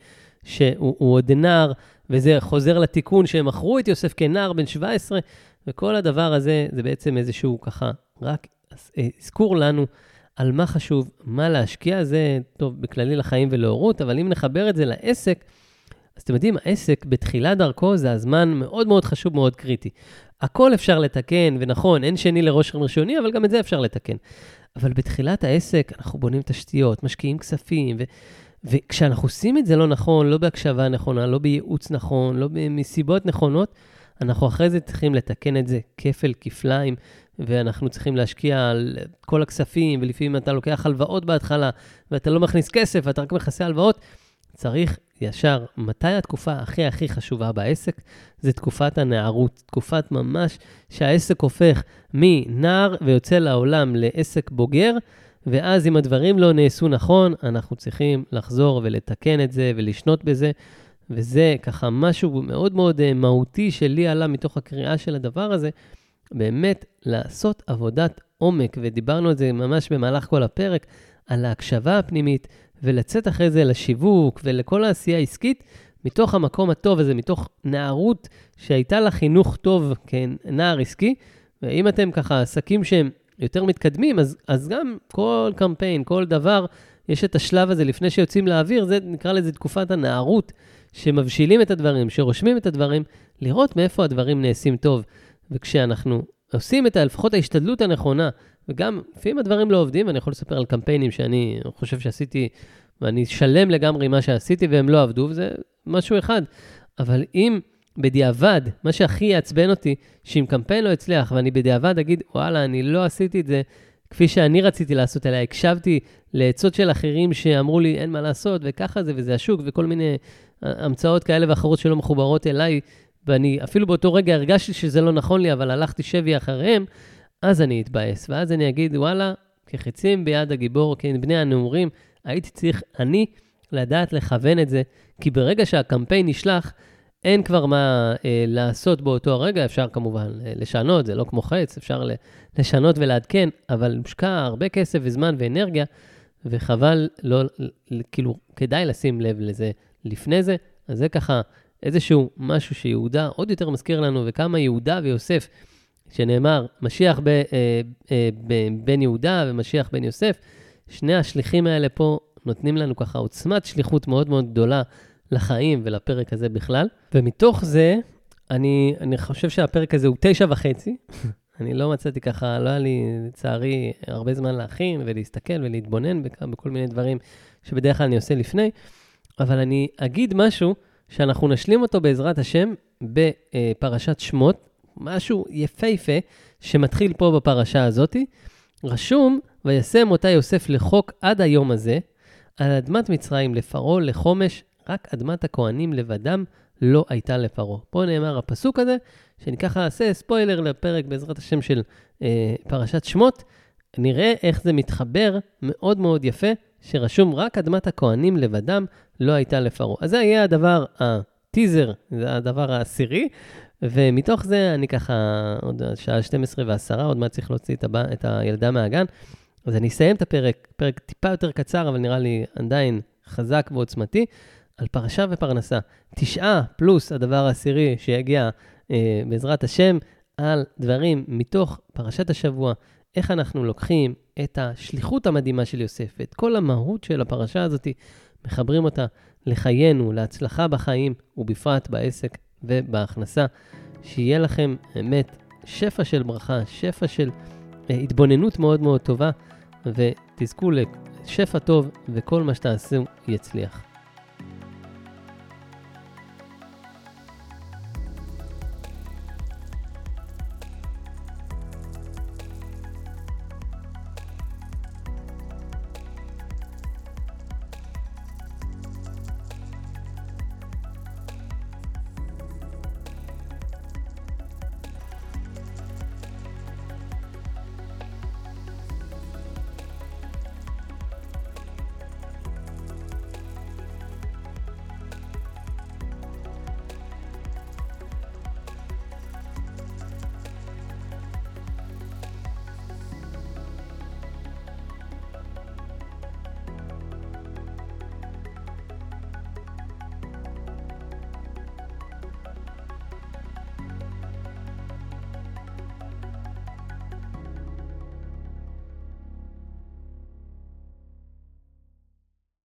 שהוא עוד נער, וזה חוזר לתיקון שהם מכרו את יוסף כנער בן 17, וכל הדבר הזה זה בעצם איזשהו ככה, רק הזכור לנו על מה חשוב, מה להשקיע, זה טוב בכללי לחיים ולהורות, אבל אם נחבר את זה לעסק, אז אתם יודעים, העסק בתחילת דרכו זה הזמן מאוד מאוד חשוב, מאוד קריטי. הכל אפשר לתקן, ונכון, אין שני לראש ראשוני, אבל גם את זה אפשר לתקן. אבל בתחילת העסק אנחנו בונים תשתיות, משקיעים כספים, וכשאנחנו עושים את זה לא נכון, לא בהקשבה נכונה, לא בייעוץ נכון, לא מסיבות נכונות, אנחנו אחרי זה צריכים לתקן את זה כפל, כפליים, ואנחנו צריכים להשקיע על כל הכספים, ולפעמים אתה לוקח הלוואות בהתחלה, ואתה לא מכניס כסף, ואתה רק מכסה הלוואות, צריך ישר, מתי התקופה הכי חשובה בעסק? זה תקופת הנערות, תקופת ממש שהעסק הופך מנער ויוצא לעולם לעסק בוגר, ואז אם הדברים לא נעשו נכון, אנחנו צריכים לחזור ולתקן את זה ולשנות בזה, וזה ככה משהו מאוד מאוד מהותי שלי עלה מתוך הקריאה של הדבר הזה, באמת לעשות עבודת עומק, ודיברנו על זה ממש במהלך כל הפרק, על ההקשבה הפנימית, ולצאת אחרי זה לשיווק ולכל העשייה העסקית, מתוך המקום הטוב הזה, מתוך נערות שהייתה לה חינוך טוב כנער עסקי, ואם אתם ככה עסקים שהם יותר מתקדמים, אז גם כל קמפיין, כל דבר, יש את השלב הזה לפני שיוצאים לאוויר, זה נקרא לזה תקופת הנערות, שמבשילים את הדברים, שרושמים את הדברים, לראות מאיפה הדברים נעשים טוב. וכשאנחנו עושים את לפחות ההשתדלות הנכונה, וגם לפעמים הדברים לא עובדים, ואני יכול לספר על קמפיינים שאני חושב שעשיתי, ואני שלם לגמרי מה שעשיתי, והם לא עבדו, וזה משהו אחד. אבל אם בדיעבד, מה שהכי יעצבן אותי, שאם קמפיין לא הצליח, ואני בדיעבד אגיד, וואלה, אני לא עשיתי את זה, כפי שאני רציתי לעשות, אלא הקשבתי לעצות של אחרים שאמרו לי, אין מה לעשות, וככה זה, וזה השוק, וכל מיני המצאות כאלה ואחרות שלא מחוברות אליי, ואני אפילו באותו רגע הרגשתי שזה לא נכון לי, אבל הלכתי שבי אחריהם, אז אני אתבאס, ואז אני אגיד, וואלה, כחצים ביד הגיבור, בני הנעורים, הייתי צריך אני לדעת לכוון את זה, כי ברגע שהקמפיין נשלח, אין כבר מה לעשות באותו הרגע, אפשר כמובן לשנות, זה לא כמו חץ, אפשר לשנות ולעדכן, אבל מושקע הרבה כסף וזמן ואנרגיה, וחבל, לא, כאילו, כדאי לשים לב לזה לפני זה, אז זה ככה איזשהו משהו שיהודה עוד יותר מזכיר לנו, וכמה יהודה ויוסף, שנאמר, משיח בן יהודה ומשיח בן יוסף, שני השליחים האלה פה נותנים לנו ככה עוצמת שליחות מאוד מאוד גדולה לחיים ולפרק הזה בכלל. ומתוך זה, אני חושב שהפרק הזה הוא 9.5. אני לא מצאתי ככה, לא היה לי לצערי הרבה זמן להכין ולהסתכל ולהתבונן בכל מיני דברים שבדרך כלל אני עושה לפני, אבל אני אגיד משהו שאנחנו נשלים אותו בעזרת השם בפרשת שמות, משהו יפהפה שמתחיל פה בפרשה הזאת. רשום, וישם אותה יוסף לחוק עד היום הזה, על אדמת מצרים לפרעה, לחומש, רק אדמת הכהנים לבדם לא הייתה לפרעה. פה נאמר הפסוק הזה, שאני ככה אעשה ספוילר לפרק בעזרת השם של פרשת שמות, נראה איך זה מתחבר מאוד מאוד יפה, שרשום רק אדמת הכהנים לבדם לא הייתה לפרעה. אז זה יהיה הדבר הטיזר, זה הדבר העשירי, ומתוך זה אני ככה, עוד שעה 12:10, עוד מעט צריך להוציא את הילדה מהגן, אז אני אסיים את הפרק, פרק טיפה יותר קצר, אבל נראה לי עדיין חזק ועוצמתי, על פרשה ופרנסה. 9 פלוס הדבר העשירי שיגיע בעזרת השם, על דברים מתוך פרשת השבוע, איך אנחנו לוקחים את השליחות המדהימה של יוסף, את כל המהות של הפרשה הזאת, מחברים אותה לחיינו, להצלחה בחיים, ובפרט בעסק ובהכנסה. שיהיה לכם באמת שפע של ברכה, שפע של התבוננות מאוד מאוד טובה, ותזכו לשפע טוב, וכל מה שתעשו יצליח.